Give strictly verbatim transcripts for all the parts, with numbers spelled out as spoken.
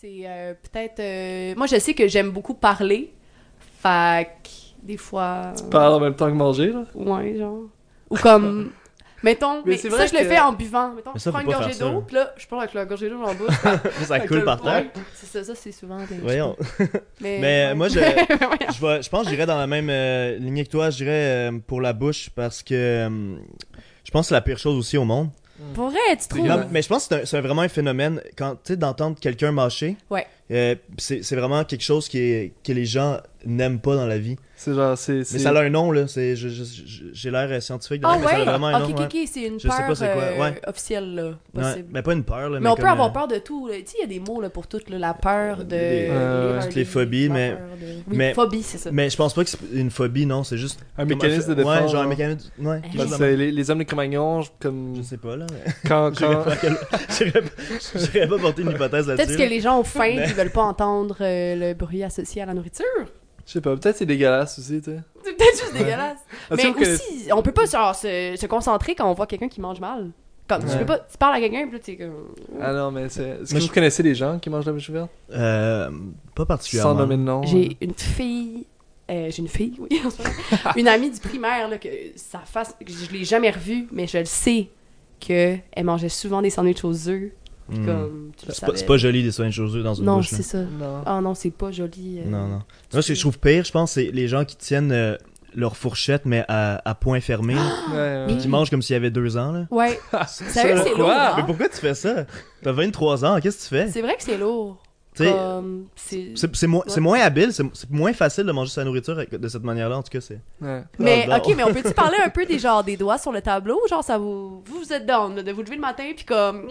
C'est euh, peut-être... euh, Moi, je sais que j'aime beaucoup parler. Fait que, des fois... Tu parles en même temps que manger, là? Ouais, genre... Ou comme... Mettons, mais, Mais c'est ça, vrai je le que- fais en buvant. Mettons, Mais je ça, prends faut une pas gorgée faire ça, d'eau, là. puis là, je prends avec la gorgée d'eau dans la bouche. Ça coule par terre. Ouais, c'est ça, ça, c'est souvent des... Voyons. Mais, Mais ouais. moi, je, Voyons. je, vais- je pense que j'irais dans la même euh, lignée que toi. Je dirais euh, pour la bouche parce que euh, je pense que c'est la pire chose aussi au monde. Pour vrai, tu trouves? Non, mais je pense que c'est, un- c'est vraiment un phénomène. Quand tu sais, d'entendre quelqu'un mâcher, Ouais. euh, c'est, c'est vraiment quelque chose qui est, que les gens n'aiment pas dans la vie. C'est genre, c'est... c'est... Mais ça a un nom, là. C'est, je- je- je- j'ai l'air euh, scientifique de Ah même, mais ça ouais? a vraiment un Ok, nom. ok, ouais. ok, c'est une Je sais peur pas c'est quoi, euh, ouais. officielle, là, Ouais, possible. mais pas une peur, là. Mais on peut comme, avoir euh, peur de tout, là. Tu sais, il y a des mots, là, pour tout, là. La peur de... Les- euh, toutes les phobies, la mais- peur de- Oui, mais- phobie, c'est ça. Mais je pense pas que c'est une phobie, non. C'est juste. Un comme mécanisme de défense. Ouais, genre un hein. mécanisme. Ouais. quelque Parce chose Parce de que même. les, les hommes de Cro-Magnon, comme... Je sais pas, là. mais- Quand... J'irais quand... pas, quel- j'irais pas, j'irais pas porter une hypothèse Peut-être là-dessus. que les gens ont faim Mais- qui veulent pas entendre euh, le bruit associé à la nourriture. Je sais pas, peut-être c'est dégueulasse aussi, tu sais. C'est peut-être juste dégueulasse. Ah, tu Mais sais, on connaît- aussi, on peut pas genre, se, se concentrer quand on voit quelqu'un qui mange mal. Comme, tu Ouais. peux pas... Tu parles à quelqu'un, puis là, t'es comme... Ah non, mais c'est... Est-ce que Moi, vous je- connaissez des gens qui mangent la bouche ouverte? Euh, pas particulièrement. Sans nommer de nom. J'ai une fille... euh, j'ai une fille, oui, en ce moment. Une amie du primaire, là, que sa face... que Je l'ai jamais revue, mais je le sais qu'elle mangeait souvent des sandwichs aux œufs. Puis Hmm. comme, tu le C'est pas, savais. c'est pas joli des soins de choses dans une Non, bouche. là. c'est ça. Non. Ah non, c'est pas joli. euh. Non, non. Moi, ce que je trouve pire, je pense, c'est les gens qui tiennent euh, leur fourchette, mais à, à point fermé. là. Ouais, ouais. Mais- Qui mangent comme s'il y avait deux ans. Là. Ouais. Sérieux, Ça, c'est quoi? lourd. hein? Mais pourquoi tu fais ça? T'as vingt-trois ans, qu'est-ce que tu fais? C'est vrai que c'est lourd. Tu sais, Comme, c'est... C'est, c'est, mo- Ouais. c'est moins habile, c'est, c'est moins facile de manger sa nourriture avec- de cette manière-là, en tout cas. C'est... Ouais. Mais, Ah, ok, bon. mais on peut-tu parler un peu des genre des doigts sur le tableau? Genre, ça vous... Vous, vous êtes down, là, de vous lever le matin, puis comme...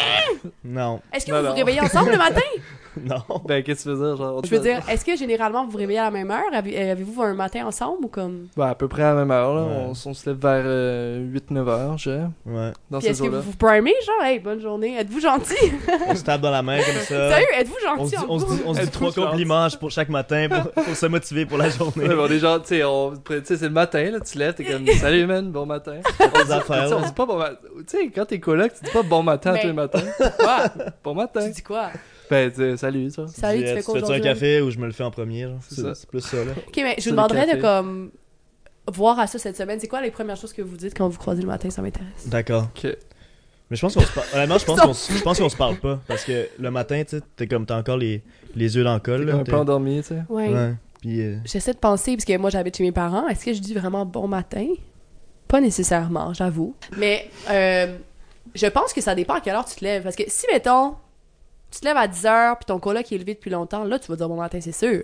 Non, Est-ce que Non, vous non. vous réveillez ensemble le matin? non. Ben, qu'est-ce que tu veux dire? Genre, Je veux dire, est-ce que généralement vous vous réveillez à la même heure? Avez- euh, Avez-vous un matin ensemble ou comme... Ben, à peu près à la même heure, là. Ouais. On, on se lève vers euh, huit neuf heures, je dirais. Ouais. Dans Puis ces est-ce que eaux-là. vous vous primez, genre, hey, bonne journée, êtes-vous gentil? On se tape dans la main comme ça. Sérieux, êtes-vous On se gentil dit, en on se dit, on se dit Êtes-vous trois gentil? compliments pour chaque matin pour, pour se motiver pour la journée. Ouais, bon, des gens, tu sais, on- tu sais, c'est le matin, là, tu te lèves, t'es comme, salut, man, bon matin. Les affaires. Tu sais, on là. dit pas bon matin. Tu sais, quand t'es coloc, tu dis pas bon matin Mais- tous les matins. Quoi? Bon matin. Tu dis quoi? Ben, tu sais, salut, ça. Salut, Dis, tu euh, fais quoi fais-tu un aujourd'hui? café ou je me le fais en premier? Genre. C'est C'est, ça. c'est plus ça, là. Ok, mais je C'est vous le demanderais de café. comme... voir à ça cette semaine. C'est quoi les premières choses que vous dites quand vous croisez le matin? Ça m'intéresse. D'accord. Ok. Mais je pense qu'on se parle. Honnêtement, je pense qu'on, se- je pense qu'on se parle pas. Parce que le matin, tu sais, t'es comme, t'as encore les, les yeux dans le col. T'es Là, comme un t'es- peu endormi, tu sais. Ouais. Ouais. Puis, euh, J'essaie de penser, parce que moi j'habite chez mes parents, est-ce que je dis vraiment bon matin? Pas nécessairement, j'avoue. Mais euh, je pense que ça dépend à quelle heure tu te lèves. Parce que si, mettons, tu te lèves à dix heures, puis ton coloc est levé depuis longtemps, là tu vas dire bon matin, c'est sûr.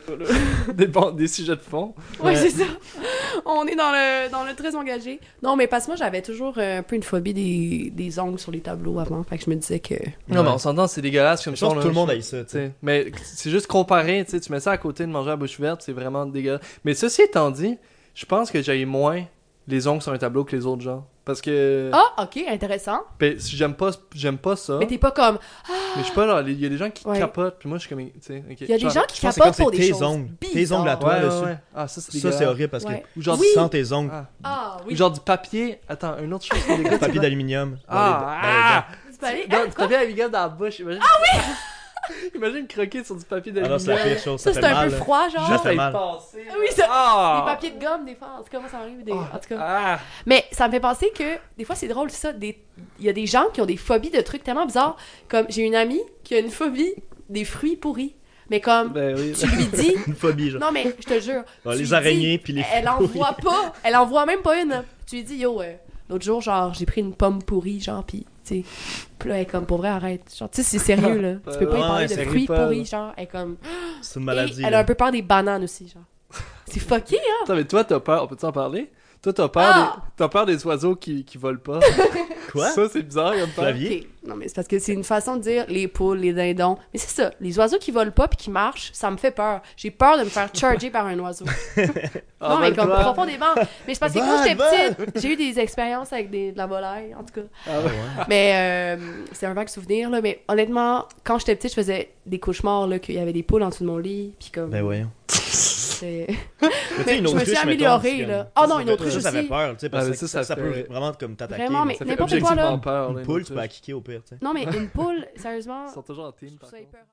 Des, bons- des sujets de fond. Ouais, Ouais. c'est ça. On est dans le, dans le très engagé. Non, mais parce que moi j'avais toujours euh, un peu une phobie des, des ongles sur les tableaux avant. Fait que je me disais que. Non, mais Ouais. on s'entend, c'est dégueulasse comme je ça. pense on que a- tout le monde a ça, tu tu sais. sais. Mais c'est juste comparé, tu sais, tu mets ça à côté de manger à bouche ouverte, c'est vraiment dégueulasse. Mais ceci étant dit, je pense que j'aille moins les ongles sur un tableau que les autres genres. Parce que Ah, ok, intéressant. ben, si j'aime pas j'aime pas ça. Mais t'es pas comme. Mais je sais pas, genre, il y a des gens qui Ouais. capotent, puis moi je suis comme, tu sais, ok. Il y a des Genre- gens qui Je pense que c'est quand capotent pour c'est des tes choses. ongles. Tes bizarres. ongles à toi, Ouais, là, ouais, dessus. ouais. Ah, ça c'est Ça, dégueulasse. c'est horrible parce que Ouais. Ou genre, Oui. tu sens tes ongles. ah. Ah, oui. Ou genre du papier. Attends, une autre chose que les gars, Du tu papier vois- d'aluminium. dans Ah, les- dans les ah! Tu peux aller- Non, hein, du quoi? papier aluminium dans la bouche. Imagine... Ah oui! Imagine croquer sur du papier dents. Ah non, c'est la d'aluminium. pire chose. Ça, Ça, c'est fait un mal. peu là. froid, genre. Ça Juste fait à y mal. penser. Ah oui, ça. Ah! Les papiers de gomme, des fois. En tout cas, moi, ça m'arrive. Des... Ah. En tout cas. Ah! Mais ça me fait penser que, des fois, c'est drôle, c'est ça. Des... Il y a des gens qui ont des phobies de trucs tellement bizarres. Comme, j'ai une amie qui a une phobie des fruits pourris. Mais comme, Ben oui. tu lui dis. Une phobie, genre. Non, mais je te jure. Bon, tu les lui araignées, dis, puis les Elle en fruits. voit pas. Elle en voit même pas une. Tu lui dis, yo, euh, l'autre jour, genre, j'ai pris une pomme pourrie, genre, pis, tu sais. Puis là, elle est comme, pour vrai, arrête. Genre, tu sais, c'est sérieux, là. Tu peux pas y Ouais, parler de c'est fruits pas, pourris, là. genre. Elle est comme. C'est une Et maladie. elle a là. un peu peur des bananes aussi, genre. C'est fucké, hein? Attends, mais toi, t'as peur. On peut-tu en parler? Toi, t'as peur, Ah! des... t'as peur des oiseaux qui, qui volent pas. Quoi? Ça, c'est bizarre comme peur. Flavier? Ok. Non, mais c'est parce que c'est une façon de dire les poules, les dindons. Mais c'est ça, les oiseaux qui volent pas puis qui marchent, ça me fait peur. J'ai peur de me faire charger par un oiseau. Ah, non, mais vole comme pas. profondément. Mais c'est parce que quand Vole, j'étais petite, j'ai eu des expériences avec des, de la volaille, en tout cas. Ah ouais. Mais euh, c'est un vague souvenir, là. Mais honnêtement, quand j'étais petite, je faisais des cauchemars, là, qu'il y avait des poules en dessous de mon lit. Puis comme. Ben voyons. c'est- Mais tu sais, Mais une je me autruche, suis améliorée, mettons, c'est là. comme- Ah non, ça une fait- autruche ça, ça fait aussi. peur, tu sais, parce Ah, mais que ça, ça, ça ça fait- peut vraiment comme t'attaquer. Vraiment, mais mais Ça fait n'importe quoi, là. objectivement peur. là, Une poule, tu autruche. peux la kicker au pire, tu sais. Non, mais une poule, sérieusement. Ils sont toujours en team, je par trouve ça contre. épeurant.